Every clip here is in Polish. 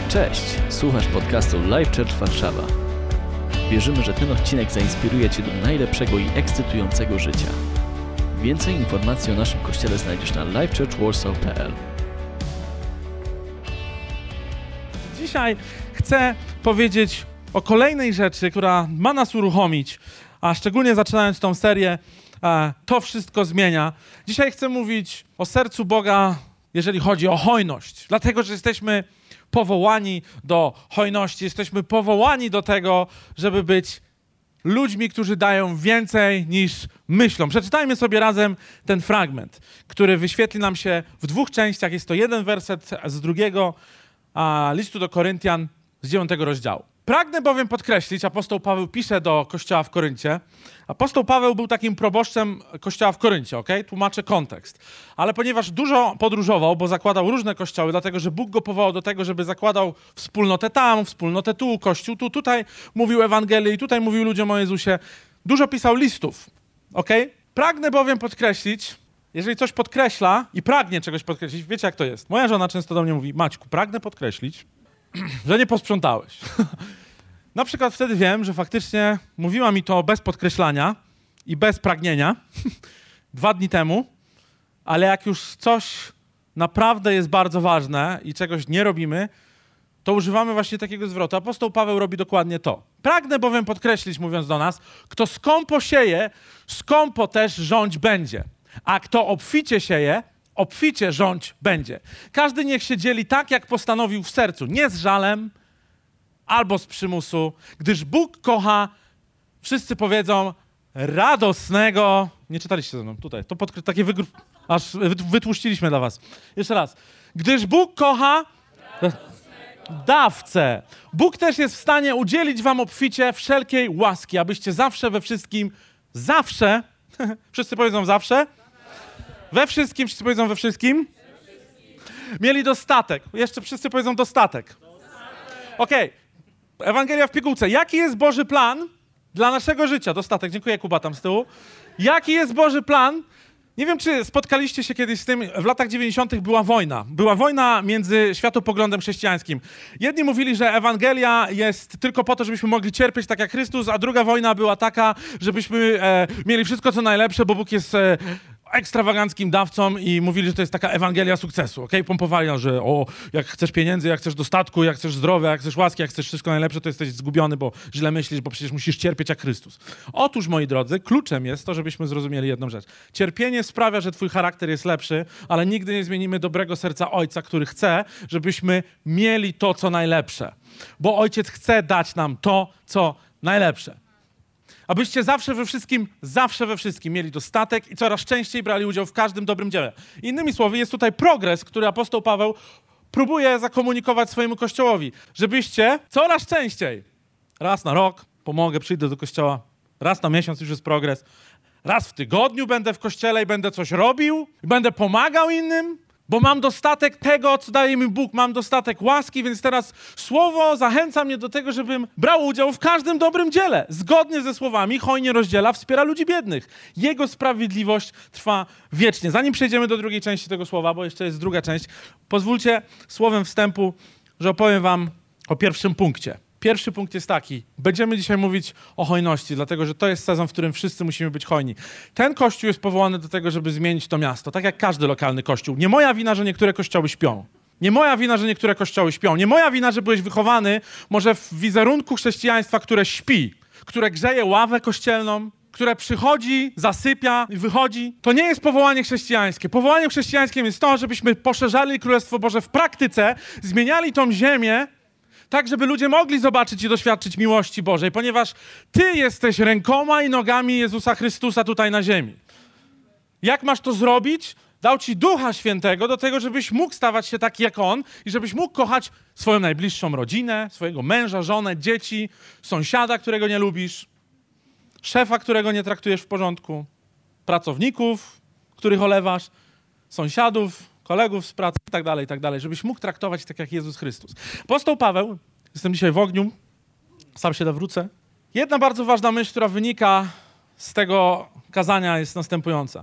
Cześć, słuchasz podcastu Life Church Warszawa. Wierzymy, że ten odcinek zainspiruje Cię do najlepszego i ekscytującego życia. Więcej informacji o naszym kościele znajdziesz na lifechurchwarsaw.pl. Dzisiaj chcę powiedzieć o kolejnej rzeczy, która ma nas uruchomić, a szczególnie zaczynając tą serię To wszystko zmienia. Dzisiaj chcę mówić o sercu Boga, jeżeli chodzi o hojność. Dlatego, że jesteśmy powołani do hojności, jesteśmy powołani do tego, żeby być ludźmi, którzy dają więcej niż myślą. Przeczytajmy sobie razem ten fragment, który wyświetli nam się w dwóch częściach. Jest to jeden werset z drugiego listu do Koryntian z 9 rozdziału. Pragnę bowiem podkreślić, apostoł Paweł pisze do kościoła w Koryncie. Apostoł Paweł był takim proboszczem kościoła w Koryncie, Tłumaczę kontekst. Ale ponieważ dużo podróżował, bo zakładał różne kościoły, dlatego że Bóg go powołał do tego, żeby zakładał wspólnotę tam, wspólnotę tu, kościół tu, tutaj mówił Ewangelię i tutaj mówił ludziom o Jezusie. Dużo pisał listów, Pragnę bowiem podkreślić, jeżeli coś podkreśla i pragnie czegoś podkreślić, wiecie jak to jest. Moja żona często do mnie mówi: Maćku, pragnę podkreślić, że nie posprzątałeś. Na przykład wtedy wiem, że faktycznie mówiła mi to bez podkreślania i bez pragnienia 2 dni temu, ale jak już coś naprawdę jest bardzo ważne i czegoś nie robimy, to używamy właśnie takiego zwrotu. Apostoł Paweł robi dokładnie to. Pragnę bowiem podkreślić, mówiąc do nas, kto skąpo sieje, skąpo też rządź będzie. A kto obficie sieje, obficie rządź będzie. Każdy niech się dzieli tak, jak postanowił w sercu, nie z żalem albo z przymusu, gdyż Bóg kocha, wszyscy powiedzą, radosnego... Nie czytaliście ze mną, tutaj, to takie aż wytłuściliśmy dla was. Jeszcze raz. Gdyż Bóg kocha dawcę. Bóg też jest w stanie udzielić wam obficie wszelkiej łaski, abyście zawsze we wszystkim, zawsze, wszyscy powiedzą zawsze, we wszystkim, wszyscy powiedzą we wszystkim, mieli dostatek. Jeszcze wszyscy powiedzą dostatek. Ewangelia w pigułce. Jaki jest Boży plan dla naszego życia? Dostatek. Dziękuję, Kuba, tam z tyłu. Jaki jest Boży plan? Nie wiem, czy spotkaliście się kiedyś z tym. W latach 90. była wojna. Była wojna między światopoglądem chrześcijańskim. Jedni mówili, że Ewangelia jest tylko po to, żebyśmy mogli cierpieć tak jak Chrystus, a druga wojna była taka, żebyśmy mieli wszystko, co najlepsze, bo Bóg jest ekstrawaganckim dawcą i mówili, że to jest taka Ewangelia sukcesu, Pompowali, że jak chcesz pieniędzy, jak chcesz dostatku, jak chcesz zdrowia, jak chcesz łaski, jak chcesz wszystko najlepsze, to jesteś zgubiony, bo źle myślisz, bo przecież musisz cierpieć jak Chrystus. Otóż, moi drodzy, kluczem jest to, żebyśmy zrozumieli jedną rzecz. Cierpienie sprawia, że twój charakter jest lepszy, ale nigdy nie zmienimy dobrego serca Ojca, który chce, żebyśmy mieli to, co najlepsze. Bo Ojciec chce dać nam to, co najlepsze. Abyście zawsze we wszystkim mieli dostatek i coraz częściej brali udział w każdym dobrym dziele. Innymi słowy, jest tutaj progres, który apostoł Paweł próbuje zakomunikować swojemu kościołowi. Żebyście coraz częściej, raz na rok pomogę, przyjdę do kościoła, raz na miesiąc już jest progres, raz w tygodniu będę w kościele i będę coś robił, i będę pomagał innym, bo mam dostatek tego, co daje mi Bóg, mam dostatek łaski, więc teraz Słowo zachęca mnie do tego, żebym brał udział w każdym dobrym dziele. Zgodnie ze słowami hojnie rozdziela, wspiera ludzi biednych. Jego sprawiedliwość trwa wiecznie. Zanim przejdziemy do drugiej części tego słowa, bo jeszcze jest druga część, pozwólcie słowem wstępu, że opowiem wam o pierwszym punkcie. Pierwszy punkt jest taki. Będziemy dzisiaj mówić o hojności, dlatego że to jest sezon, w którym wszyscy musimy być hojni. Ten kościół jest powołany do tego, żeby zmienić to miasto, tak jak każdy lokalny kościół. Nie moja wina, że niektóre kościoły śpią. Nie moja wina, że niektóre kościoły śpią. Nie moja wina, że byłeś wychowany może w wizerunku chrześcijaństwa, które śpi, które grzeje ławę kościelną, które przychodzi, zasypia i wychodzi. To nie jest powołanie chrześcijańskie. Powołaniem chrześcijańskim jest to, żebyśmy poszerzali Królestwo Boże w praktyce, zmieniali tą ziemię, tak, żeby ludzie mogli zobaczyć i doświadczyć miłości Bożej, ponieważ Ty jesteś rękoma i nogami Jezusa Chrystusa tutaj na ziemi. Jak masz to zrobić? Dał Ci Ducha Świętego do tego, żebyś mógł stawać się taki jak On i żebyś mógł kochać swoją najbliższą rodzinę, swojego męża, żonę, dzieci, sąsiada, którego nie lubisz, szefa, którego nie traktujesz w porządku, pracowników, których olewasz, sąsiadów, kolegów z pracy i tak dalej, żebyś mógł traktować tak jak Jezus Chrystus. Apostoł Paweł, jestem dzisiaj w ogniu, sam się nawrócę. Jedna bardzo ważna myśl, która wynika z tego kazania jest następująca.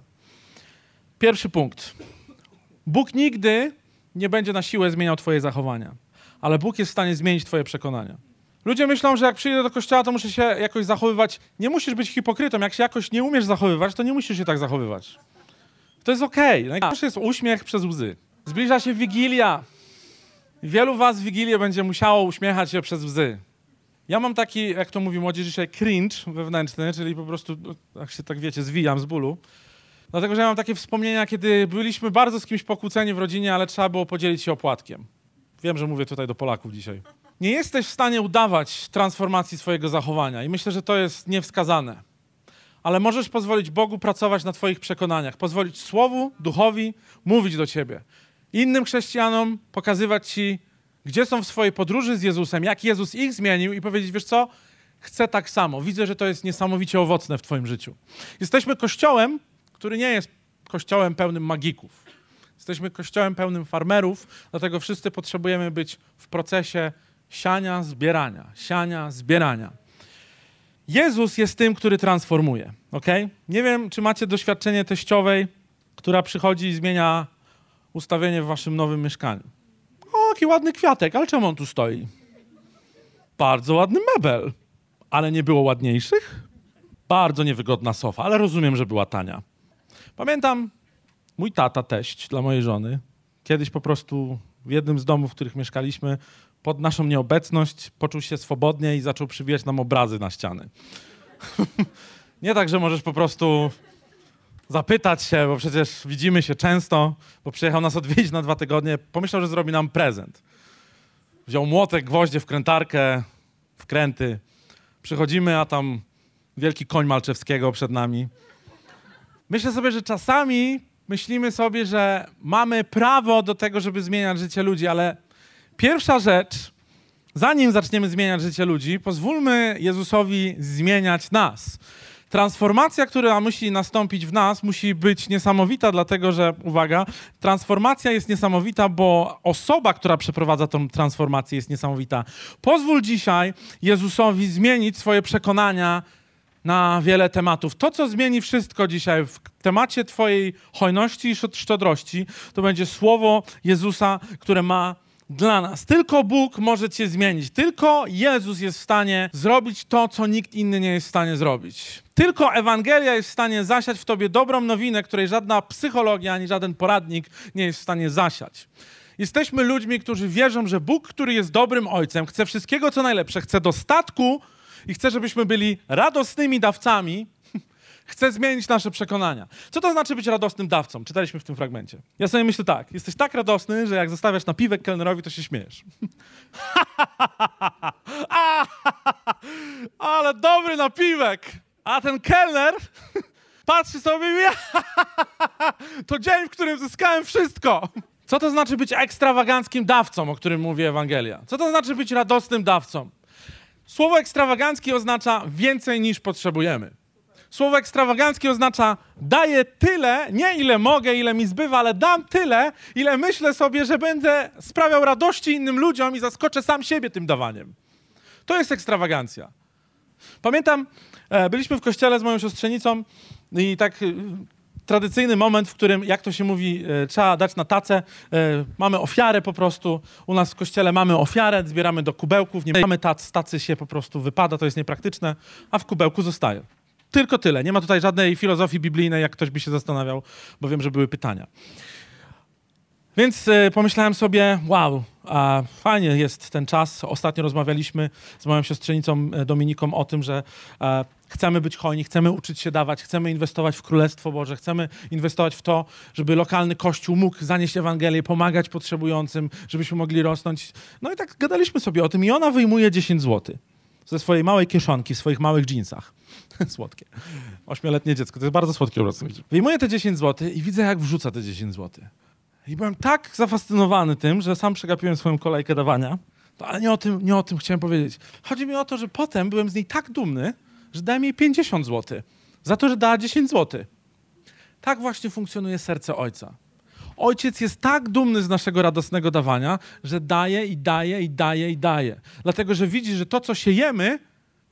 Pierwszy punkt. Bóg nigdy nie będzie na siłę zmieniał twoje zachowania. ale Bóg jest w stanie zmienić twoje przekonania. Ludzie myślą, że jak przyjdę do kościoła, to muszę się jakoś zachowywać. Nie musisz być hipokrytą. Jak się jakoś nie umiesz zachowywać, to nie musisz się tak zachowywać. To jest okej. Najgorszy jest uśmiech przez łzy. Zbliża się Wigilia. Wielu was w Wigilię będzie musiało uśmiechać się przez łzy. Ja mam taki, jak to mówi młodzież dzisiaj, cringe wewnętrzny, czyli po prostu, jak się tak wiecie, zwijam z bólu. Dlatego, że ja mam takie wspomnienia, kiedy byliśmy bardzo z kimś pokłóceni w rodzinie, ale trzeba było podzielić się opłatkiem. Wiem, że mówię tutaj do Polaków dzisiaj. Nie jesteś w stanie udawać transformacji swojego zachowania i myślę, że to jest niewskazane. Ale możesz pozwolić Bogu pracować na twoich przekonaniach, pozwolić Słowu, Duchowi mówić do ciebie. Innym chrześcijanom pokazywać ci, gdzie są w swojej podróży z Jezusem, jak Jezus ich zmienił i powiedzieć, wiesz co, chcę tak samo. Widzę, że to jest niesamowicie owocne w twoim życiu. Jesteśmy kościołem, który nie jest kościołem pełnym magików. Jesteśmy kościołem pełnym farmerów, dlatego wszyscy potrzebujemy być w procesie siania, zbierania. Jezus jest tym, który transformuje, okej? Nie wiem, czy macie doświadczenie teściowej, która przychodzi i zmienia ustawienie w waszym nowym mieszkaniu. O, jaki ładny kwiatek, ale czemu on tu stoi? Bardzo ładny mebel, ale nie było ładniejszych? Bardzo niewygodna sofa, ale rozumiem, że była tania. Pamiętam, mój tata, teść dla mojej żony, kiedyś po prostu w jednym z domów, w których mieszkaliśmy, pod naszą nieobecność poczuł się swobodnie i zaczął przybijać nam obrazy na ściany. Nie tak, że możesz po prostu zapytać się, bo przecież widzimy się często, bo przyjechał nas odwiedzić na 2 tygodnie, pomyślał, że zrobi nam prezent. Wziął młotek, gwoździe, wkrętarkę, wkręty. Przychodzimy, a tam wielki koń Malczewskiego przed nami. Myślę sobie, że czasami myślimy sobie, że mamy prawo do tego, żeby zmieniać życie ludzi, ale pierwsza rzecz, zanim zaczniemy zmieniać życie ludzi, pozwólmy Jezusowi zmieniać nas. Transformacja, która musi nastąpić w nas, musi być niesamowita, dlatego że, uwaga, transformacja jest niesamowita, bo osoba, która przeprowadza tą transformację, jest niesamowita. Pozwól dzisiaj Jezusowi zmienić swoje przekonania na wiele tematów. To, co zmieni wszystko dzisiaj w temacie twojej hojności i szczodrości, to będzie słowo Jezusa, które ma dla nas. Tylko Bóg może cię zmienić. Tylko Jezus jest w stanie zrobić to, co nikt inny nie jest w stanie zrobić. Tylko Ewangelia jest w stanie zasiać w tobie dobrą nowinę, której żadna psychologia ani żaden poradnik nie jest w stanie zasiać. Jesteśmy ludźmi, którzy wierzą, że Bóg, który jest dobrym Ojcem, chce wszystkiego, co najlepsze, chce dostatku i chce, żebyśmy byli radosnymi dawcami, chce zmienić nasze przekonania. Co to znaczy być radosnym dawcą? Czytaliśmy w tym fragmencie. Ja sobie myślę tak, jesteś tak radosny, że jak zostawiasz napiwek kelnerowi, to się śmiejesz. Ale dobry napiwek! A ten kelner patrzy sobie i mówi, to dzień, w którym zyskałem wszystko. Co to znaczy być ekstrawaganckim dawcą, o którym mówi Ewangelia? Co to znaczy być radosnym dawcą? Słowo ekstrawagancki oznacza więcej niż potrzebujemy. Słowo ekstrawagancki oznacza daję tyle, nie ile mogę, ile mi zbywa, ale dam tyle, ile myślę sobie, że będę sprawiał radości innym ludziom i zaskoczę sam siebie tym dawaniem. To jest ekstrawagancja. Pamiętam, byliśmy w kościele z moją siostrzenicą i tak tradycyjny moment, w którym, jak to się mówi, trzeba dać na tacę, mamy ofiarę po prostu, u nas w kościele mamy ofiarę, zbieramy do kubełków, nie mamy tac, tacy się po prostu wypada, to jest niepraktyczne, a w kubełku zostaje. Tylko tyle, nie ma tutaj żadnej filozofii biblijnej, jak ktoś by się zastanawiał, bo wiem, że były pytania. Więc pomyślałem sobie, wow, fajnie jest ten czas. Ostatnio rozmawialiśmy z moją siostrzenicą Dominiką o tym, że chcemy być hojni, chcemy uczyć się dawać, chcemy inwestować w Królestwo Boże, chcemy inwestować w to, żeby lokalny kościół mógł zanieść Ewangelię, pomagać potrzebującym, żebyśmy mogli rosnąć. No i tak gadaliśmy sobie o tym i ona wyjmuje 10 zł ze swojej małej kieszonki, w swoich małych dżinsach. Słodkie. 8-letnie dziecko, to jest bardzo słodkie obecnie. Wyjmuję te 10 zł i widzę, jak wrzuca te 10 zł. I byłem tak zafascynowany tym, że sam przegapiłem swoją kolejkę dawania. No, ale nie o tym chciałem powiedzieć. Chodzi mi o to, że potem byłem z niej tak dumny, że dałem jej 50 zł. Za to, że dała 10 zł. Tak właśnie funkcjonuje serce Ojca. Ojciec jest tak dumny z naszego radosnego dawania, że daje i daje i daje i daje. Dlatego, że widzi, że to, co siejemy,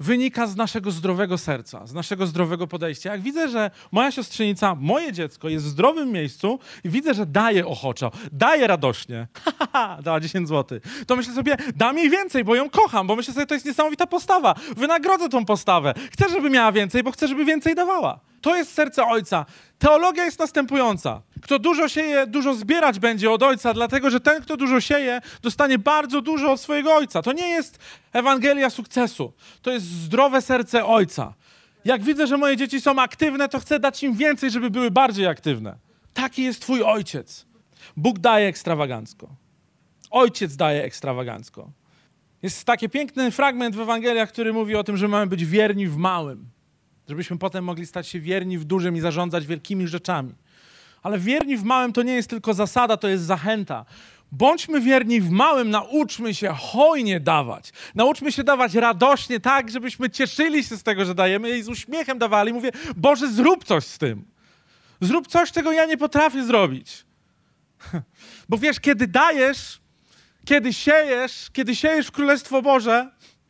wynika z naszego zdrowego serca, z naszego zdrowego podejścia. Jak widzę, że moja siostrzenica, moje dziecko jest w zdrowym miejscu i widzę, że daje ochoczo, daje radośnie, dała 10 zł, to myślę sobie, dam jej więcej, bo ją kocham, bo myślę sobie, to jest niesamowita postawa, wynagrodzę tą postawę, chcę, żeby miała więcej, bo chcę, żeby więcej dawała. To jest serce Ojca. Teologia jest następująca. Kto dużo sieje, dużo zbierać będzie od Ojca, dlatego że ten, kto dużo sieje, dostanie bardzo dużo od swojego Ojca. To nie jest Ewangelia sukcesu. To jest zdrowe serce Ojca. Jak widzę, że moje dzieci są aktywne, to chcę dać im więcej, żeby były bardziej aktywne. Taki jest Twój Ojciec. Bóg daje ekstrawagancko. Ojciec daje ekstrawagancko. Jest taki piękny fragment w Ewangeliach, który mówi o tym, że mamy być wierni w małym. Żebyśmy potem mogli stać się wierni w dużym i zarządzać wielkimi rzeczami. Ale wierni w małym to nie jest tylko zasada, to jest zachęta. Bądźmy wierni w małym, nauczmy się hojnie dawać. Nauczmy się dawać radośnie, tak, żebyśmy cieszyli się z tego, że dajemy i z uśmiechem dawali. Mówię, Boże, zrób coś z tym. Zrób coś, czego ja nie potrafię zrobić. Bo wiesz, kiedy dajesz, kiedy siejesz w Królestwo Boże,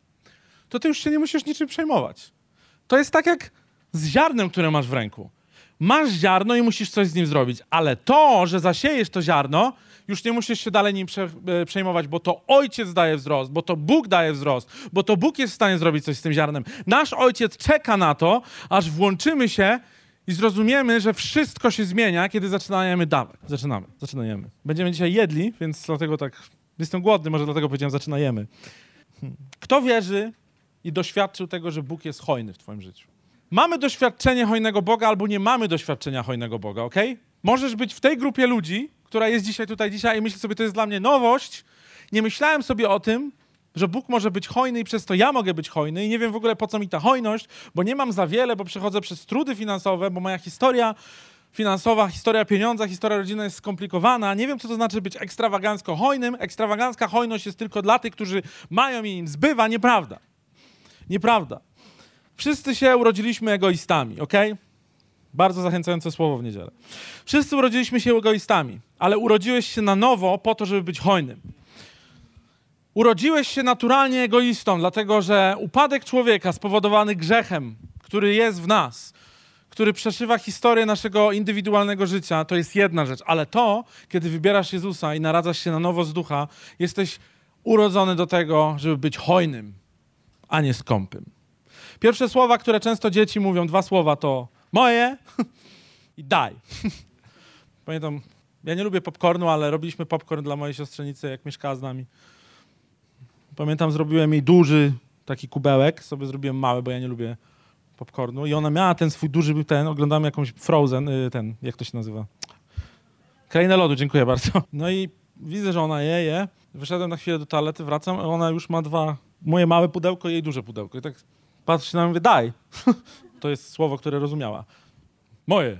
to ty już się nie musisz niczym przejmować. To jest tak jak z ziarnem, które masz w ręku. Masz ziarno i musisz coś z nim zrobić, ale to, że zasiejesz to ziarno, już nie musisz się dalej nim przejmować, bo to Ojciec daje wzrost, bo to Bóg daje wzrost, bo to Bóg jest w stanie zrobić coś z tym ziarnem. Nasz Ojciec czeka na to, aż włączymy się i zrozumiemy, że wszystko się zmienia, kiedy zaczynamy dawać. Zaczynajemy. Będziemy dzisiaj jedli, więc dlatego tak jestem głodny, może dlatego powiedziałem zaczynajemy. Kto wierzy i doświadczył tego, że Bóg jest hojny w twoim życiu? Mamy doświadczenie hojnego Boga albo nie mamy doświadczenia hojnego Boga, okej? Możesz być w tej grupie ludzi, która jest dzisiaj i myślisz sobie, to jest dla mnie nowość. Nie myślałem sobie o tym, że Bóg może być hojny i przez to ja mogę być hojny i nie wiem w ogóle po co mi ta hojność, bo nie mam za wiele, bo przechodzę przez trudy finansowe, bo moja historia finansowa, historia pieniądza, historia rodziny jest skomplikowana. Nie wiem, co to znaczy być ekstrawagancko hojnym. Ekstrawagancka hojność jest tylko dla tych, którzy mają i im zbywa. Nieprawda. Nieprawda. Wszyscy się urodziliśmy egoistami, okej? Bardzo zachęcające słowo w niedzielę. Wszyscy urodziliśmy się egoistami, ale urodziłeś się na nowo po to, żeby być hojnym. Urodziłeś się naturalnie egoistą, dlatego że upadek człowieka spowodowany grzechem, który jest w nas, który przeszywa historię naszego indywidualnego życia, to jest jedna rzecz, ale to, kiedy wybierasz Jezusa i naradzasz się na nowo z ducha, jesteś urodzony do tego, żeby być hojnym, a nie skąpym. Pierwsze słowa, które często dzieci mówią, 2 słowa to moje i daj. Pamiętam, ja nie lubię popcornu, ale robiliśmy popcorn dla mojej siostrzenicy, jak mieszkała z nami. Pamiętam, zrobiłem jej duży taki kubełek, sobie zrobiłem mały, bo ja nie lubię popcornu i ona miała ten swój duży, oglądamy jakąś Frozen, jak to się nazywa? Krainę lodu, dziękuję bardzo. No i widzę, że ona je. Wyszedłem na chwilę do toalety, wracam, a ona już ma 2, moje małe pudełko i jej duże pudełko. I tak patrzę na mnie, mówię, daj. To jest słowo, które rozumiała. Moje.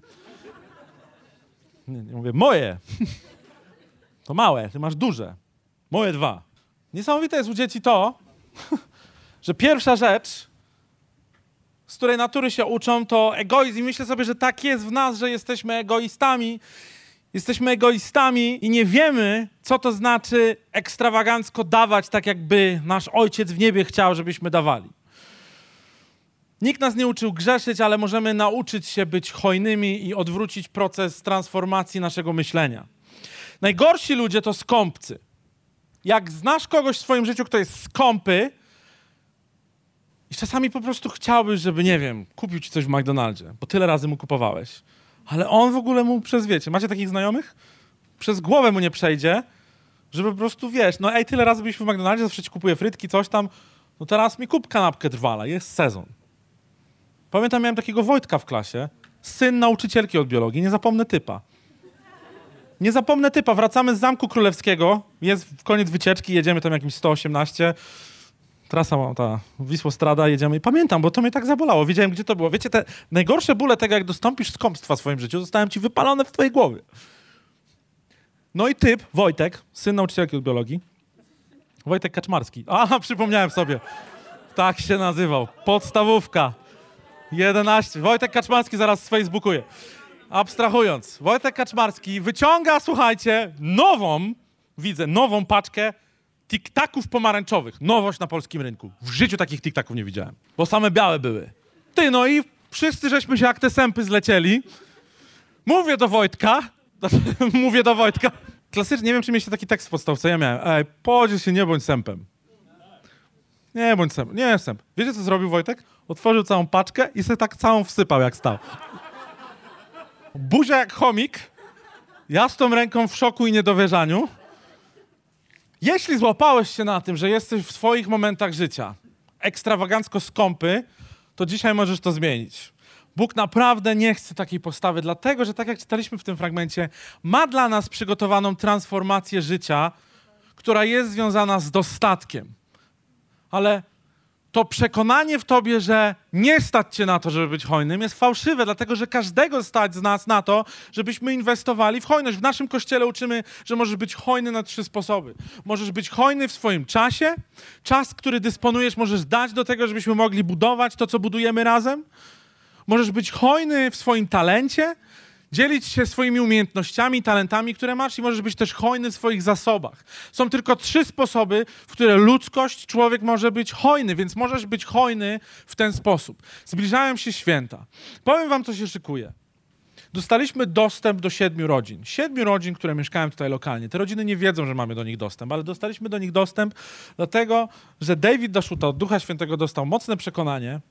Nie mówię, moje. To małe, ty masz duże. Moje 2. Niesamowite jest u dzieci to, że pierwsza rzecz, z której natury się uczą, to egoizm. I myślę sobie, że tak jest w nas, że jesteśmy egoistami. Jesteśmy egoistami i nie wiemy, co to znaczy ekstrawagancko dawać, tak jakby nasz Ojciec w niebie chciał, żebyśmy dawali. Nikt nas nie uczył grzeszyć, ale możemy nauczyć się być hojnymi i odwrócić proces transformacji naszego myślenia. Najgorsi ludzie to skąpcy. Jak znasz kogoś w swoim życiu, kto jest skąpy i czasami po prostu chciałbyś, żeby, nie wiem, kupił ci coś w McDonaldzie, bo tyle razy mu kupowałeś, ale on w ogóle mu wiecie, macie takich znajomych? Przez głowę mu nie przejdzie, żeby po prostu, wiesz, no tyle razy byliśmy w McDonaldzie, zawsze ci kupuję frytki, coś tam, no teraz mi kup kanapkę trwala, jest sezon. Pamiętam, miałem takiego Wojtka w klasie, syn nauczycielki od biologii, nie zapomnę typa. Wracamy z Zamku Królewskiego, jest koniec wycieczki, jedziemy tam jakimś 118, trasa ta Wisłostrada, jedziemy i pamiętam, bo to mnie tak zabolało, wiedziałem, gdzie to było. Wiecie, te najgorsze bóle tego, jak dostąpisz skąpstwa w swoim życiu, zostają ci wypalone w twojej głowie. No i typ, Wojtek, syn nauczycielki od biologii, Wojtek Kaczmarski. Aha, przypomniałem sobie. Tak się nazywał. Podstawówka. 11. Wojtek Kaczmarski zaraz sfacebookuje. Abstrahując. Wojtek Kaczmarski wyciąga, słuchajcie, nową paczkę tik-taków pomarańczowych. Nowość na polskim rynku. W życiu takich tik-taków nie widziałem, bo same białe były. No i wszyscy żeśmy się jak te sępy zlecieli. Mówię do Wojtka. Klasycznie, nie wiem, czy mieliście taki tekst w podstawce, ja miałem. Ej, podziel się, nie bądź sępem. Nie bądź sępem, nie sęp. Wiecie, co zrobił Wojtek? Otworzył całą paczkę i sobie tak całą wsypał, jak stał. Buzia jak chomik. Ja z tą ręką w szoku i niedowierzaniu. Jeśli złapałeś się na tym, że jesteś w swoich momentach życia ekstrawagancko skąpy, to dzisiaj możesz to zmienić. Bóg naprawdę nie chce takiej postawy, dlatego że tak jak czytaliśmy w tym fragmencie, ma dla nas przygotowaną transformację życia, która jest związana z dostatkiem. Ale to przekonanie w tobie, że nie stać cię na to, żeby być hojnym, jest fałszywe, dlatego że każdego stać z nas na to, żebyśmy inwestowali w hojność. W naszym kościele uczymy, że możesz być hojny na 3 sposoby. Możesz być hojny w swoim czasie. Czas, który dysponujesz, możesz dać do tego, żebyśmy mogli budować to, co budujemy razem. Możesz być hojny w swoim talencie, dzielić się swoimi umiejętnościami, talentami, które masz i możesz być też hojny w swoich zasobach. Są tylko 3 sposoby, w które ludzkość, człowiek może być hojny, więc możesz być hojny w ten sposób. Zbliżają się święta. Powiem wam, co się szykuje. Dostaliśmy dostęp do 7 rodzin. 7 rodzin, które mieszkają tutaj lokalnie. Te rodziny nie wiedzą, że mamy do nich dostęp, ale dostaliśmy do nich dostęp dlatego, że David Daszuta od Ducha Świętego dostał mocne przekonanie,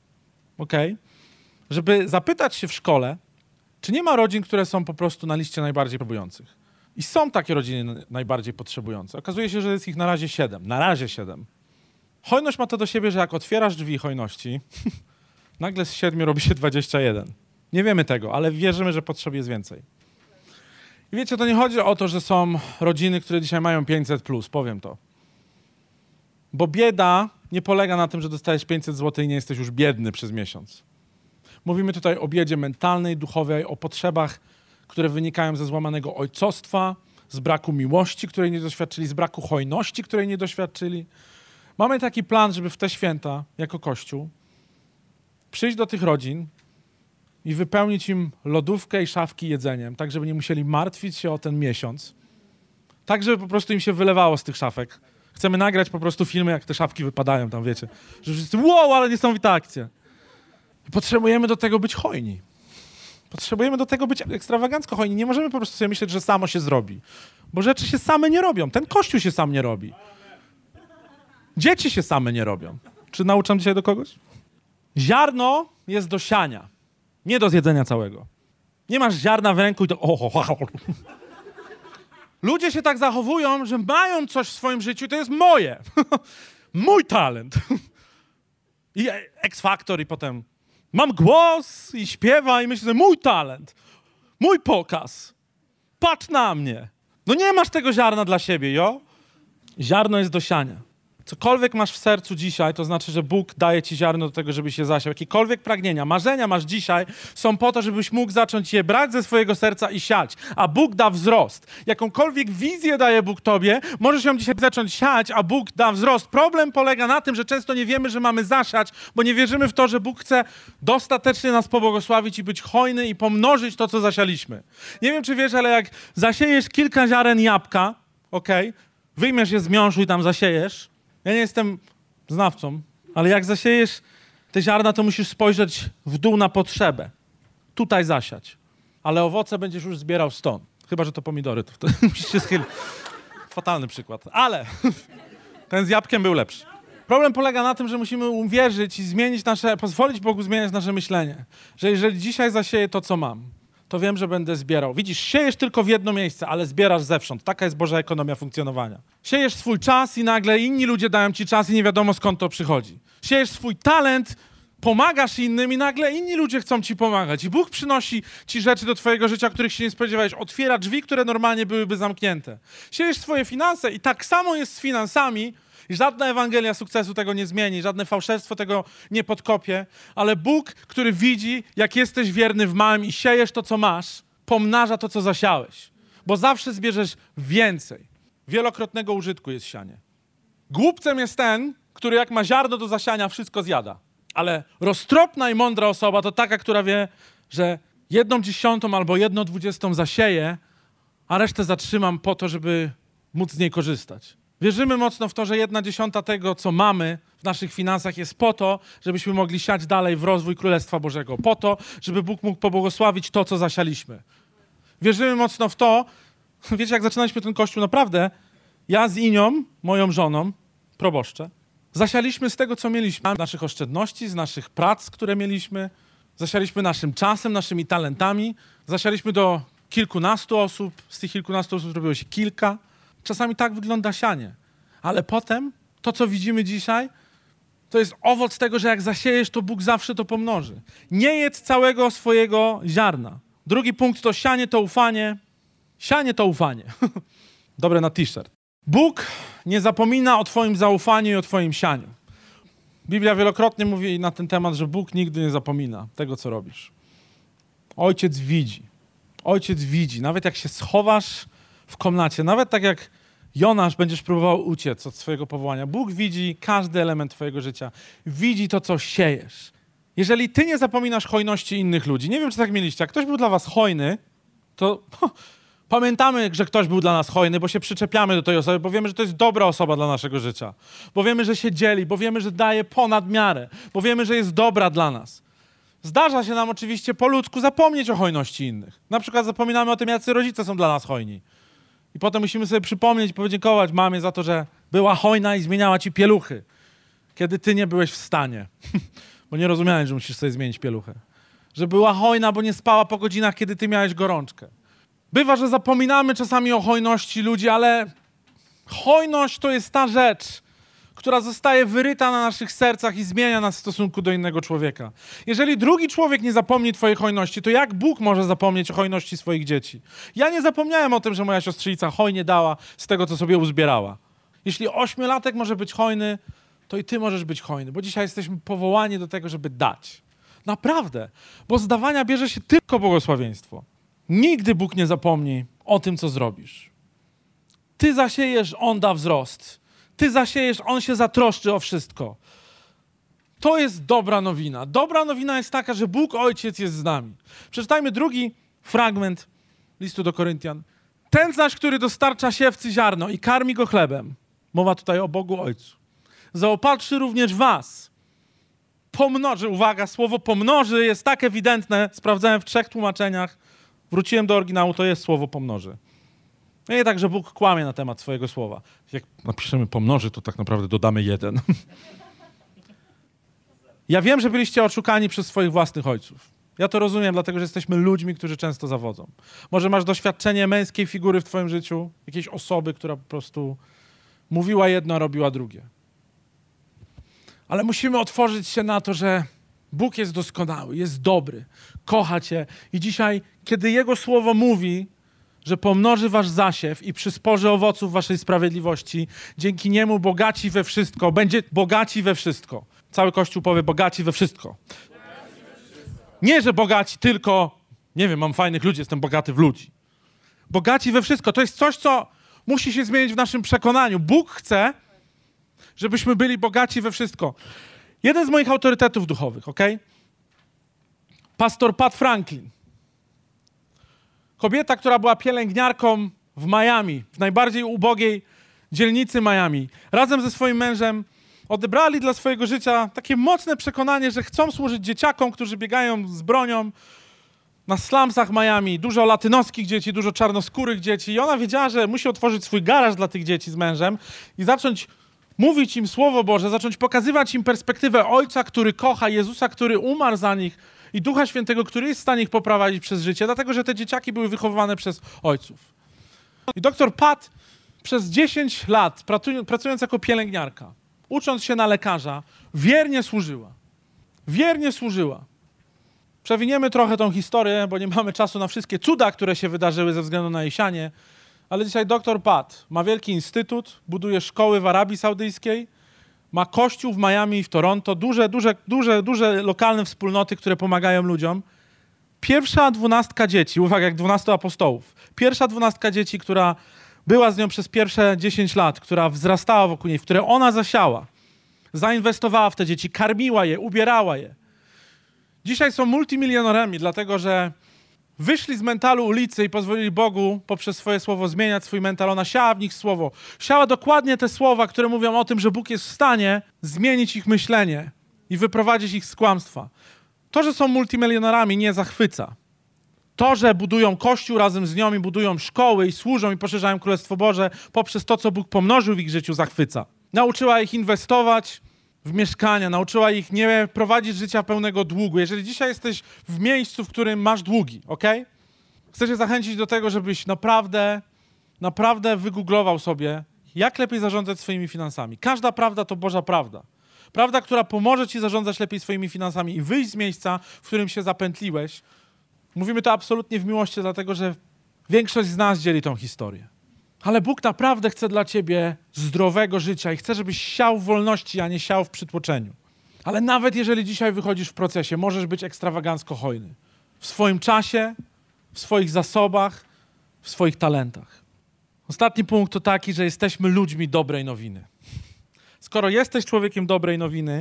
żeby zapytać się w szkole, czy nie ma rodzin, które są po prostu na liście najbardziej potrzebujących. I są takie rodziny najbardziej potrzebujące. Okazuje się, że jest ich na razie 7. Na razie 7. Hojność ma to do siebie, że jak otwierasz drzwi hojności, nagle z 7 robi się 21. Nie wiemy tego, ale wierzymy, że potrzeb jest więcej. I wiecie, to nie chodzi o to, że są rodziny, które dzisiaj mają 500+, powiem to. Bo bieda nie polega na tym, że dostajesz 500 zł i nie jesteś już biedny przez miesiąc. Mówimy tutaj o biedzie mentalnej, duchowej, o potrzebach, które wynikają ze złamanego ojcostwa, z braku miłości, której nie doświadczyli, z braku hojności, której nie doświadczyli. Mamy taki plan, żeby w te święta, jako Kościół, przyjść do tych rodzin i wypełnić im lodówkę i szafki jedzeniem, tak żeby nie musieli martwić się o ten miesiąc, tak żeby po prostu im się wylewało z tych szafek. Chcemy nagrać po prostu filmy, jak te szafki wypadają tam, wiecie. Że wszyscy, wow, ale niesamowita akcja. Potrzebujemy do tego być hojni. Potrzebujemy do tego być ekstrawagancko hojni. Nie możemy po prostu sobie myśleć, że samo się zrobi. Bo rzeczy się same nie robią. Ten Kościół się sam nie robi. Dzieci się same nie robią. Czy nauczam dzisiaj do kogoś? Ziarno jest do siania. Nie do zjedzenia całego. Nie masz ziarna w ręku i to... Ludzie się tak zachowują, że mają coś w swoim życiu i to jest moje. Mój talent. I X-Factor i potem... Mam głos i śpiewa i myślę, że mój talent, mój pokaz, patrz na mnie. No nie masz tego ziarna dla siebie, jo? Ziarno jest do siania. Cokolwiek masz w sercu dzisiaj, to znaczy, że Bóg daje ci ziarno do tego, żebyś je zasiał. Jakiekolwiek pragnienia, marzenia masz dzisiaj, są po to, żebyś mógł zacząć je brać ze swojego serca i siać. A Bóg da wzrost. Jakąkolwiek wizję daje Bóg tobie, możesz ją dzisiaj zacząć siać, a Bóg da wzrost. Problem polega na tym, że często nie wiemy, że mamy zasiać, bo nie wierzymy w to, że Bóg chce dostatecznie nas pobłogosławić i być hojny i pomnożyć to, co zasialiśmy. Nie wiem, czy wiesz, ale jak zasiejesz kilka ziaren jabłka, wyjmiesz je z miąższu i tam zasiejesz. Ja nie jestem znawcą, ale jak zasiejesz te ziarna, to musisz spojrzeć w dół na potrzebę. Tutaj zasiać. Ale owoce będziesz już zbierał stąd. Chyba że to pomidory, to wtedy musisz się schylić. Fatalny przykład. Ale ten z jabłkiem był lepszy. Problem polega na tym, że musimy uwierzyć i pozwolić Bogu zmieniać nasze myślenie. Że jeżeli dzisiaj zasieję to, co mam, to wiem, że będę zbierał. Widzisz, siejesz tylko w jedno miejsce, ale zbierasz zewsząd. Taka jest Boża ekonomia funkcjonowania. Siejesz swój czas i nagle inni ludzie dają ci czas i nie wiadomo, skąd to przychodzi. Siejesz swój talent, pomagasz innym i nagle inni ludzie chcą ci pomagać. I Bóg przynosi ci rzeczy do twojego życia, których się nie spodziewałeś. Otwiera drzwi, które normalnie byłyby zamknięte. Siejesz swoje finanse i tak samo jest z finansami. I żadna Ewangelia sukcesu tego nie zmieni, żadne fałszerstwo tego nie podkopie, ale Bóg, który widzi, jak jesteś wierny w małym i siejesz to, co masz, pomnaża to, co zasiałeś. Bo zawsze zbierzesz więcej. Wielokrotnego użytku jest sianie. Głupcem jest ten, który jak ma ziarno do zasiania, wszystko zjada. Ale roztropna i mądra osoba to taka, która wie, że 1/10 albo 1/20 zasieję, a resztę zatrzymam po to, żeby móc z niej korzystać. Wierzymy mocno w to, że 1/10 tego, co mamy w naszych finansach, jest po to, żebyśmy mogli siać dalej w rozwój Królestwa Bożego. Po to, żeby Bóg mógł pobłogosławić to, co zasialiśmy. Wierzymy mocno w to, wiecie, jak zaczynaliśmy ten kościół, naprawdę, ja z Inią, moją żoną, proboszcze, zasialiśmy z tego, co mieliśmy, z naszych oszczędności, z naszych prac, które mieliśmy, zasialiśmy naszym czasem, naszymi talentami, zasialiśmy do kilkunastu osób, z tych kilkunastu osób zrobiło się kilka. Czasami tak wygląda sianie. Ale potem to, co widzimy dzisiaj, to jest owoc tego, że jak zasiejesz, to Bóg zawsze to pomnoży. Nie jedz całego swojego ziarna. Drugi punkt to sianie to ufanie. Sianie to ufanie. Dobre na t-shirt. Bóg nie zapomina o twoim zaufaniu i o twoim sianiu. Biblia wielokrotnie mówi na ten temat, że Bóg nigdy nie zapomina tego, co robisz. Ojciec widzi. Ojciec widzi. Nawet jak się schowasz w komnacie, nawet tak jak Jonasz będziesz próbował uciec od swojego powołania. Bóg widzi każdy element twojego życia. Widzi to, co siejesz. Jeżeli ty nie zapominasz hojności innych ludzi, nie wiem, czy tak mieliście, jak ktoś był dla was hojny, to pamiętamy, że ktoś był dla nas hojny, bo się przyczepiamy do tej osoby, bo wiemy, że to jest dobra osoba dla naszego życia. Bo wiemy, że się dzieli, bo wiemy, że daje ponad miarę, bo wiemy, że jest dobra dla nas. Zdarza się nam oczywiście po ludzku zapomnieć o hojności innych. Na przykład zapominamy o tym, jacy rodzice są dla nas hojni. I potem musimy sobie przypomnieć i podziękować mamie za to, że była hojna i zmieniała ci pieluchy, kiedy ty nie byłeś w stanie. Bo nie rozumiałeś, że musisz sobie zmienić pieluchę. Że była hojna, bo nie spała po godzinach, kiedy ty miałeś gorączkę. Bywa, że zapominamy czasami o hojności ludzi, ale hojność to jest ta rzecz, która zostaje wyryta na naszych sercach i zmienia nas w stosunku do innego człowieka. Jeżeli drugi człowiek nie zapomni twojej hojności, to jak Bóg może zapomnieć o hojności swoich dzieci? Ja nie zapomniałem o tym, że moja siostrzenica hojnie dała z tego, co sobie uzbierała. Jeśli 8-latek może być hojny, to i ty możesz być hojny, bo dzisiaj jesteśmy powołani do tego, żeby dać. Naprawdę, bo z dawania bierze się tylko błogosławieństwo. Nigdy Bóg nie zapomni o tym, co zrobisz. Ty zasiejesz, On da wzrost. Ty zasiejesz, On się zatroszczy o wszystko. To jest dobra nowina. Dobra nowina jest taka, że Bóg Ojciec jest z nami. Przeczytajmy drugi fragment listu do Koryntian. Ten zaś, który dostarcza siewcy ziarno i karmi go chlebem, mowa tutaj o Bogu Ojcu, zaopatrzy również was. Pomnoży, uwaga, słowo pomnoży jest tak ewidentne, sprawdzałem w 3 tłumaczeniach, wróciłem do oryginału, to jest słowo pomnoży. Nie tak, że Bóg kłamie na temat swojego słowa. Jak napiszemy pomnoży, to tak naprawdę dodamy 1. Ja wiem, że byliście oszukani przez swoich własnych ojców. Ja to rozumiem, dlatego że jesteśmy ludźmi, którzy często zawodzą. Może masz doświadczenie męskiej figury w twoim życiu, jakiejś osoby, która po prostu mówiła jedno, a robiła drugie. Ale musimy otworzyć się na to, że Bóg jest doskonały, jest dobry, kocha cię i dzisiaj, kiedy Jego słowo mówi, że pomnoży wasz zasiew i przysporzy owoców waszej sprawiedliwości, dzięki Niemu bogaci we wszystko, będzie bogaci we wszystko. Cały Kościół powie bogaci we wszystko. Nie, że bogaci tylko, nie wiem, mam fajnych ludzi, jestem bogaty w ludzi. Bogaci we wszystko. To jest coś, co musi się zmienić w naszym przekonaniu. Bóg chce, żebyśmy byli bogaci we wszystko. Jeden z moich autorytetów duchowych, okej? Pastor Pat Franklin. Kobieta, która była pielęgniarką w Miami, w najbardziej ubogiej dzielnicy Miami. Razem ze swoim mężem odebrali dla swojego życia takie mocne przekonanie, że chcą służyć dzieciakom, którzy biegają z bronią na slumsach Miami. Dużo latynoskich dzieci, dużo czarnoskórych dzieci. I ona wiedziała, że musi otworzyć swój garaż dla tych dzieci z mężem i zacząć mówić im Słowo Boże, zacząć pokazywać im perspektywę Ojca, który kocha, Jezusa, który umarł za nich i Ducha Świętego, który jest w stanie ich poprowadzić przez życie, dlatego że te dzieciaki były wychowywane przez ojców. I doktor Pat przez 10 lat, pracując jako pielęgniarka, ucząc się na lekarza, wiernie służyła. Wiernie służyła. Przewiniemy trochę tą historię, bo nie mamy czasu na wszystkie cuda, które się wydarzyły ze względu na jej sianie, ale dzisiaj doktor Pat ma wielki instytut, buduje szkoły w Arabii Saudyjskiej, ma kościół w Miami i w Toronto, duże lokalne wspólnoty, które pomagają ludziom. Pierwsza 12 dzieci, uwaga, jak 12 apostołów, pierwsza 12 dzieci, która była z nią przez pierwsze 10 lat, która wzrastała wokół niej, w które ona zasiała, zainwestowała w te dzieci, karmiła je, ubierała je. Dzisiaj są multimilionerami, dlatego że wyszli z mentalu ulicy i pozwolili Bogu poprzez swoje słowo zmieniać swój mental. Ona siała w nich słowo. Siała dokładnie te słowa, które mówią o tym, że Bóg jest w stanie zmienić ich myślenie i wyprowadzić ich z kłamstwa. To, że są multimilionerami, nie zachwyca. To, że budują Kościół razem z nią i budują szkoły i służą i poszerzają Królestwo Boże poprzez to, co Bóg pomnożył w ich życiu, zachwyca. Nauczyła ich inwestować w mieszkania, nauczyła ich nie prowadzić życia pełnego długu. Jeżeli dzisiaj jesteś w miejscu, w którym masz długi, okej? Chcę cię zachęcić do tego, żebyś naprawdę wygooglował sobie, jak lepiej zarządzać swoimi finansami. Każda prawda to Boża prawda. Prawda, która pomoże ci zarządzać lepiej swoimi finansami i wyjść z miejsca, w którym się zapętliłeś. Mówimy to absolutnie w miłości, dlatego że większość z nas dzieli tą historię. Ale Bóg naprawdę chce dla ciebie zdrowego życia i chce, żebyś siał w wolności, a nie siał w przytłoczeniu. Ale nawet jeżeli dzisiaj wychodzisz w procesie, możesz być ekstrawagancko hojny. W swoim czasie, w swoich zasobach, w swoich talentach. Ostatni punkt to taki, że jesteśmy ludźmi dobrej nowiny. Skoro jesteś człowiekiem dobrej nowiny,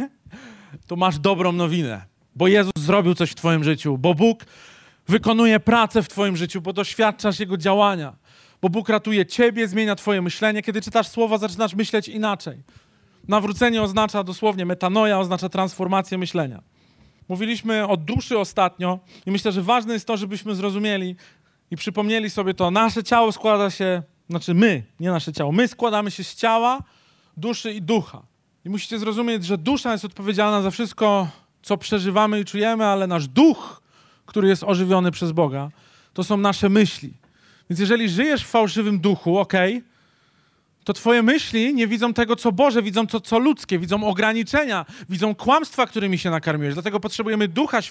to masz dobrą nowinę. Bo Jezus zrobił coś w twoim życiu, bo Bóg wykonuje pracę w twoim życiu, bo doświadczasz Jego działania, bo Bóg ratuje ciebie, zmienia twoje myślenie. Kiedy czytasz słowa, zaczynasz myśleć inaczej. Nawrócenie oznacza dosłownie, metanoja oznacza transformację myślenia. Mówiliśmy o duszy ostatnio i myślę, że ważne jest to, żebyśmy zrozumieli i przypomnieli sobie to. Nasze ciało składa się, my, nie nasze ciało, my składamy się z ciała, duszy i ducha. I musicie zrozumieć, że dusza jest odpowiedzialna za wszystko, co przeżywamy i czujemy, ale nasz duch, który jest ożywiony przez Boga, to są nasze myśli. Więc jeżeli żyjesz w fałszywym duchu, to twoje myśli nie widzą tego, co Boże, widzą to, co ludzkie, widzą ograniczenia, widzą kłamstwa, którymi się nakarmiłeś. Dlatego potrzebujemy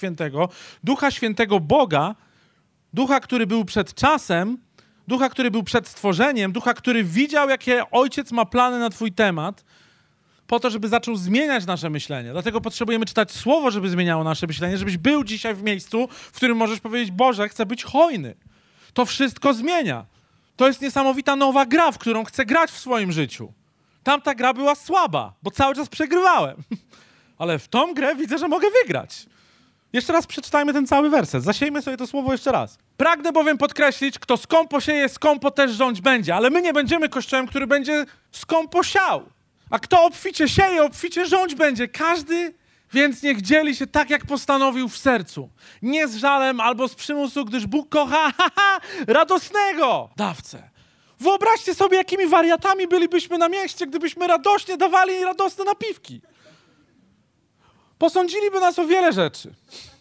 Ducha Świętego Boga, Ducha, który był przed czasem, Ducha, który był przed stworzeniem, Ducha, który widział, jakie Ojciec ma plany na twój temat, po to, żeby zaczął zmieniać nasze myślenie. Dlatego potrzebujemy czytać Słowo, żeby zmieniało nasze myślenie, żebyś był dzisiaj w miejscu, w którym możesz powiedzieć: Boże, chcę być hojny. To wszystko zmienia. To jest niesamowita nowa gra, w którą chcę grać w swoim życiu. Tamta gra była słaba, bo cały czas przegrywałem. Ale w tą grę widzę, że mogę wygrać. Jeszcze raz przeczytajmy ten cały werset. Zasiejmy sobie to słowo jeszcze raz. Pragnę bowiem podkreślić, kto skąpo sieje, skąpo też rządź będzie. Ale my nie będziemy kościołem, który będzie skąpo siał. A kto obficie sieje, obficie rządź będzie. Każdy więc niech dzieli się tak, jak postanowił w sercu. Nie z żalem albo z przymusu, gdyż Bóg kocha radosnego dawcę. Wyobraźcie sobie, jakimi wariatami bylibyśmy na mieście, gdybyśmy radośnie dawali radosne napiwki. Posądziliby nas o wiele rzeczy.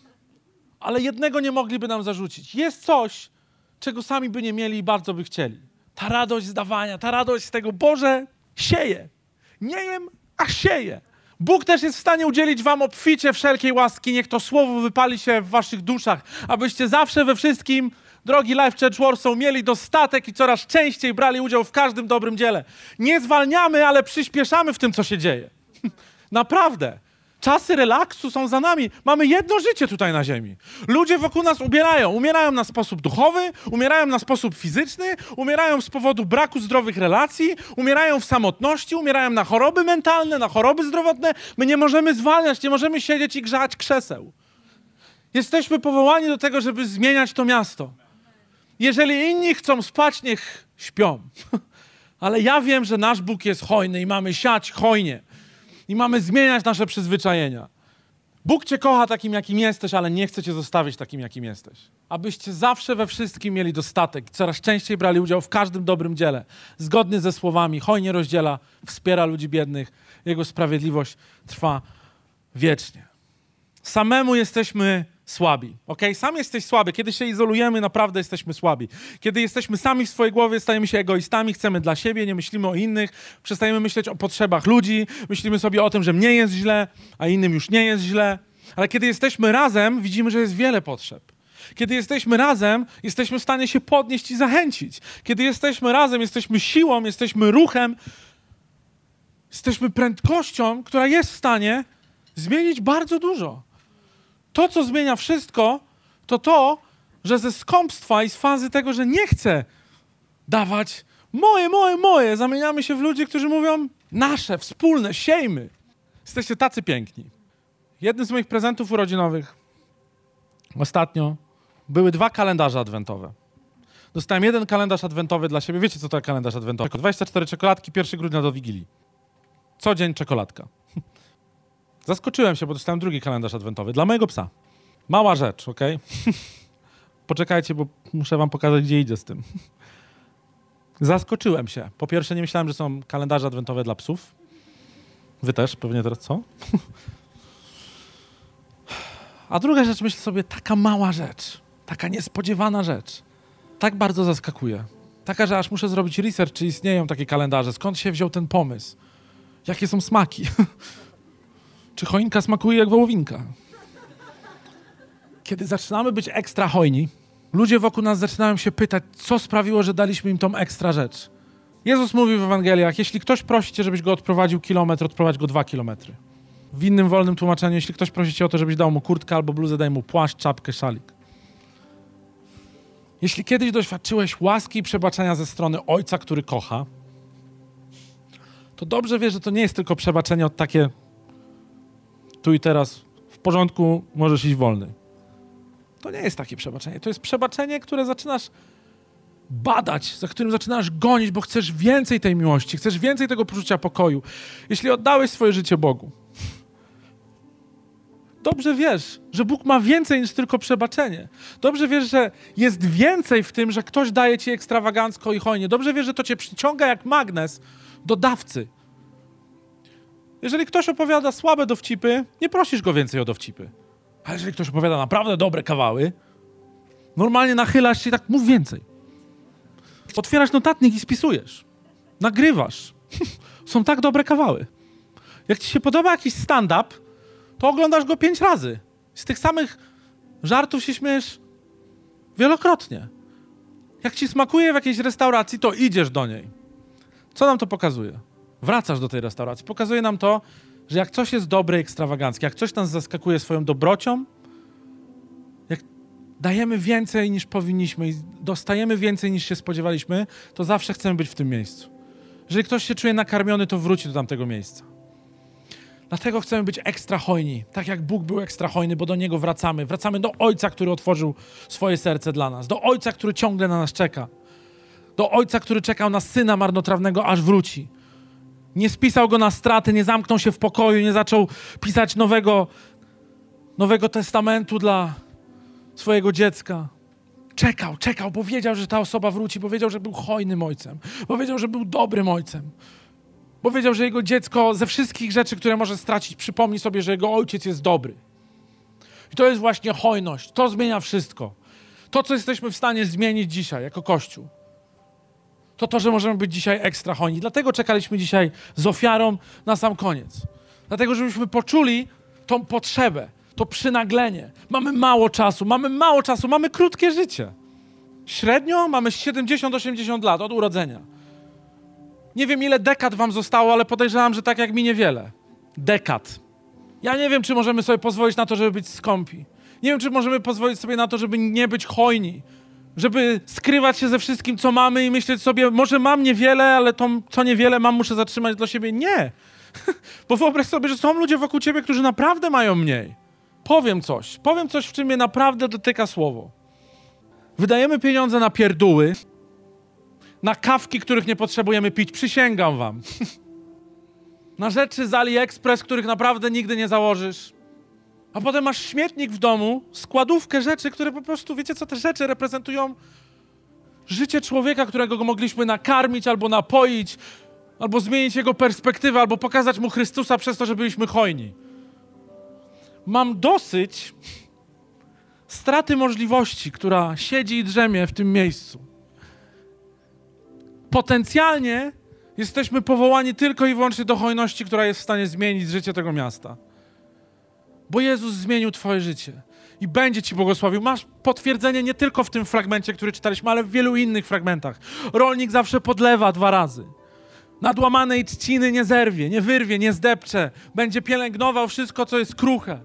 Ale jednego nie mogliby nam zarzucić. Jest coś, czego sami by nie mieli i bardzo by chcieli. Ta radość z dawania, ta radość z tego: Boże, sieję. Nie jem, a sieję. Bóg też jest w stanie udzielić wam obficie wszelkiej łaski. Niech to słowo wypali się w waszych duszach, abyście zawsze we wszystkim, drogi Life Church Warsaw, mieli dostatek i coraz częściej brali udział w każdym dobrym dziele. Nie zwalniamy, ale przyspieszamy w tym, co się dzieje. Naprawdę. Czasy relaksu są za nami. Mamy jedno życie tutaj na ziemi. Ludzie wokół nas umierają. Umierają na sposób duchowy, umierają na sposób fizyczny, umierają z powodu braku zdrowych relacji, umierają w samotności, umierają na choroby mentalne, na choroby zdrowotne. My nie możemy zwalniać, nie możemy siedzieć i grzać krzeseł. Jesteśmy powołani do tego, żeby zmieniać to miasto. Jeżeli inni chcą spać, niech śpią. Ale ja wiem, że nasz Bóg jest hojny i mamy siać hojnie. I mamy zmieniać nasze przyzwyczajenia. Bóg cię kocha takim, jakim jesteś, ale nie chce cię zostawić takim, jakim jesteś. Abyście zawsze we wszystkim mieli dostatek, coraz częściej brali udział w każdym dobrym dziele. Zgodnie ze słowami: hojnie rozdziela, wspiera ludzi biednych, Jego sprawiedliwość trwa wiecznie. Samemu jesteśmy słabi, Sam jesteś słaby. Kiedy się izolujemy, naprawdę jesteśmy słabi. Kiedy jesteśmy sami w swojej głowie, stajemy się egoistami, chcemy dla siebie, nie myślimy o innych, przestajemy myśleć o potrzebach ludzi, myślimy sobie o tym, że mnie jest źle, a innym już nie jest źle. Ale kiedy jesteśmy razem, widzimy, że jest wiele potrzeb. Kiedy jesteśmy razem, jesteśmy w stanie się podnieść i zachęcić. Kiedy jesteśmy razem, jesteśmy siłą, jesteśmy ruchem, jesteśmy prędkością, która jest w stanie zmienić bardzo dużo. To, co zmienia wszystko, to, że ze skąpstwa i z fazy tego, że nie chcę dawać moje, zamieniamy się w ludzi, którzy mówią: nasze, wspólne, siejmy. Jesteście tacy piękni. Jednym z moich prezentów urodzinowych ostatnio były 2 kalendarze adwentowe. Dostałem 1 kalendarz adwentowy dla siebie. Wiecie, co to kalendarz adwentowy? 24 czekoladki, 1 grudnia do Wigilii. Co dzień czekoladka. Zaskoczyłem się, bo dostałem 2 kalendarz adwentowy dla mojego psa. Mała rzecz, okej? Poczekajcie, bo muszę wam pokazać, gdzie idzie z tym. Zaskoczyłem się. Po pierwsze, nie myślałem, że są kalendarze adwentowe dla psów. Wy też pewnie teraz, co? A druga rzecz, myślę sobie, taka mała rzecz, taka niespodziewana rzecz, tak bardzo zaskakuje. Taka, że aż muszę zrobić research, czy istnieją takie kalendarze, skąd się wziął ten pomysł, jakie są smaki, czy choinka smakuje jak wołowinka. Kiedy zaczynamy być ekstra hojni, ludzie wokół nas zaczynają się pytać, co sprawiło, że daliśmy im tą ekstra rzecz. Jezus mówi w Ewangeliach, jeśli ktoś prosi cię, żebyś go odprowadził kilometr, odprowadź go 2 kilometry. W innym wolnym tłumaczeniu, jeśli ktoś prosi cię o to, żebyś dał mu kurtkę albo bluzę, daj mu płaszcz, czapkę, szalik. Jeśli kiedyś doświadczyłeś łaski i przebaczenia ze strony Ojca, który kocha, to dobrze wiesz, że to nie jest tylko przebaczenie od takie tu i teraz, w porządku, możesz iść wolny. To nie jest takie przebaczenie. To jest przebaczenie, które zaczynasz badać, za którym zaczynasz gonić, bo chcesz więcej tej miłości, chcesz więcej tego poczucia pokoju. Jeśli oddałeś swoje życie Bogu, dobrze wiesz, że Bóg ma więcej niż tylko przebaczenie. Dobrze wiesz, że jest więcej w tym, że ktoś daje ci ekstrawagancko i hojnie. Dobrze wiesz, że to cię przyciąga jak magnes do dawcy. Jeżeli ktoś opowiada słabe dowcipy, nie prosisz go więcej o dowcipy. Ale jeżeli ktoś opowiada naprawdę dobre kawały, normalnie nachylasz się i tak mów więcej. Otwierasz notatnik i spisujesz. Nagrywasz. Są tak dobre kawały. Jak ci się podoba jakiś stand-up, to oglądasz go 5 razy. Z tych samych żartów się śmiejesz wielokrotnie. Jak ci smakuje w jakiejś restauracji, to idziesz do niej. Co nam to pokazuje? Wracasz do tej restauracji. Pokazuje nam to, że jak coś jest dobre i ekstrawaganckie, jak coś nas zaskakuje swoją dobrocią, jak dajemy więcej niż powinniśmy i dostajemy więcej niż się spodziewaliśmy, to zawsze chcemy być w tym miejscu. Jeżeli ktoś się czuje nakarmiony, to wróci do tamtego miejsca. Dlatego chcemy być ekstra hojni, tak jak Bóg był ekstra hojny, bo do Niego wracamy. Wracamy do Ojca, który otworzył swoje serce dla nas. Do Ojca, który ciągle na nas czeka. Do Ojca, który czekał na Syna marnotrawnego, aż wróci. Nie spisał Go na straty, nie zamknął się w pokoju, nie zaczął pisać nowego testamentu dla swojego dziecka. Czekał, bo wiedział, że ta osoba wróci, bo wiedział, że był hojnym ojcem, bo wiedział, że był dobrym ojcem. Bo wiedział, że jego dziecko ze wszystkich rzeczy, które może stracić, przypomni sobie, że jego ojciec jest dobry. I to jest właśnie hojność. To zmienia wszystko. To, co jesteśmy w stanie zmienić dzisiaj jako Kościół, to, że możemy być dzisiaj ekstra hojni. Dlatego czekaliśmy dzisiaj z ofiarą na sam koniec. Dlatego, żebyśmy poczuli tą potrzebę, to przynaglenie. Mamy mało czasu, mamy krótkie życie. Średnio mamy 70-80 lat od urodzenia. Nie wiem, ile dekad wam zostało, ale podejrzewam, że tak jak mi niewiele. Dekad. Ja nie wiem, czy możemy sobie pozwolić na to, żeby być skąpi. Nie wiem, czy możemy pozwolić sobie na to, żeby nie być hojni. Żeby skrywać się ze wszystkim, co mamy i myśleć sobie, może mam niewiele, ale to, co niewiele mam, muszę zatrzymać dla siebie. Nie. Bo wyobraź sobie, że są ludzie wokół ciebie, którzy naprawdę mają mniej. Powiem coś, w czym mnie naprawdę dotyka słowo. Wydajemy pieniądze na pierdóły, na kawki, których nie potrzebujemy pić, przysięgam wam. Na rzeczy z AliExpress, których naprawdę nigdy nie założysz. A potem masz śmietnik w domu, składówkę rzeczy, które po prostu, wiecie co, te rzeczy reprezentują życie człowieka, którego mogliśmy nakarmić albo napoić, albo zmienić jego perspektywę, albo pokazać mu Chrystusa przez to, że byliśmy hojni. Mam dosyć straty możliwości, która siedzi i drzemie w tym miejscu. Potencjalnie jesteśmy powołani tylko i wyłącznie do hojności, która jest w stanie zmienić życie tego miasta. Bo Jezus zmienił twoje życie i będzie ci błogosławił. Masz potwierdzenie nie tylko w tym fragmencie, który czytaliśmy, ale w wielu innych fragmentach. Rolnik zawsze podlewa 2 razy. Nadłamanej trzciny nie zerwie, nie wyrwie, nie zdepcze. Będzie pielęgnował wszystko, co jest kruche.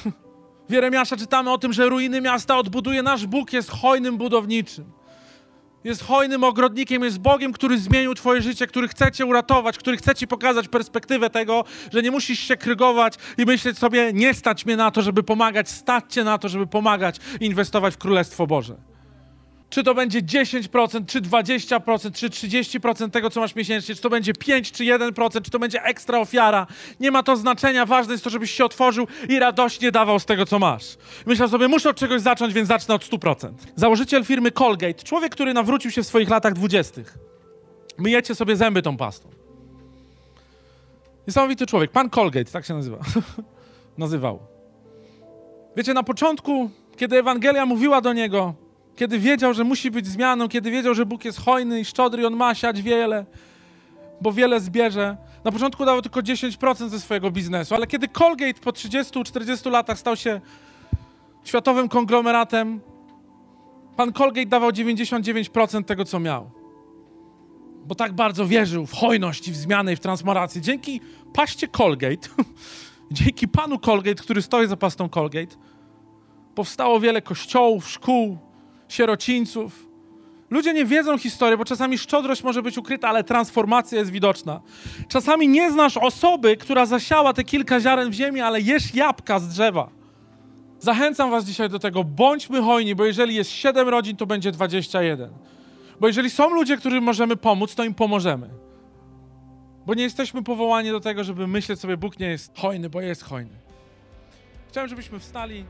W Jeremiasza czytamy o tym, że ruiny miasta odbuduje. Nasz Bóg jest hojnym budowniczym. Jest hojnym ogrodnikiem, jest Bogiem, który zmienił twoje życie, który chce cię uratować, który chce ci pokazać perspektywę tego, że nie musisz się krygować i myśleć sobie, nie stać mnie na to, żeby pomagać, stać cię na to, żeby pomagać i inwestować w Królestwo Boże. Czy to będzie 10%, czy 20%, czy 30% tego, co masz miesięcznie, czy to będzie 5, czy 1%, czy to będzie ekstra ofiara. Nie ma to znaczenia, ważne jest to, żebyś się otworzył i radośnie dawał z tego, co masz. Myślał sobie, muszę od czegoś zacząć, więc zacznę od 100%. Założyciel firmy Colgate, człowiek, który nawrócił się w swoich latach 20. Myjecie sobie zęby tą pastą. Niesamowity człowiek, pan Colgate, tak się nazywa. Nazywał. Wiecie, na początku, kiedy Ewangelia mówiła do niego, kiedy wiedział, że musi być zmianą, kiedy wiedział, że Bóg jest hojny i szczodry i On ma siać wiele, bo wiele zbierze. Na początku dawał tylko 10% ze swojego biznesu, ale kiedy Colgate po 30-40 latach stał się światowym konglomeratem, pan Colgate dawał 99% tego, co miał. Bo tak bardzo wierzył w hojność i w zmianę i w transformację. Dzięki paście Colgate, dzięki panu Colgate, który stoi za pastą Colgate, powstało wiele kościołów, szkół, sierocińców. Ludzie nie wiedzą historii, bo czasami szczodrość może być ukryta, ale transformacja jest widoczna. Czasami nie znasz osoby, która zasiała te kilka ziaren w ziemi, ale jesz jabłka z drzewa. Zachęcam was dzisiaj do tego, bądźmy hojni, bo jeżeli jest 7 rodzin, to będzie 21. Bo jeżeli są ludzie, którym możemy pomóc, to im pomożemy. Bo nie jesteśmy powołani do tego, żeby myśleć sobie, Bóg nie jest hojny, bo jest hojny. Chciałem, żebyśmy wstali.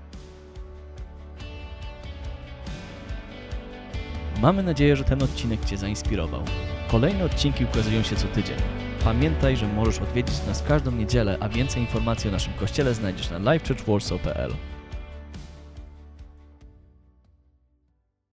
Mamy nadzieję, że ten odcinek Cię zainspirował. Kolejne odcinki ukazują się co tydzień. Pamiętaj, że możesz odwiedzić nas w każdą niedzielę, a więcej informacji o naszym kościele znajdziesz na livechurchwarsaw.pl.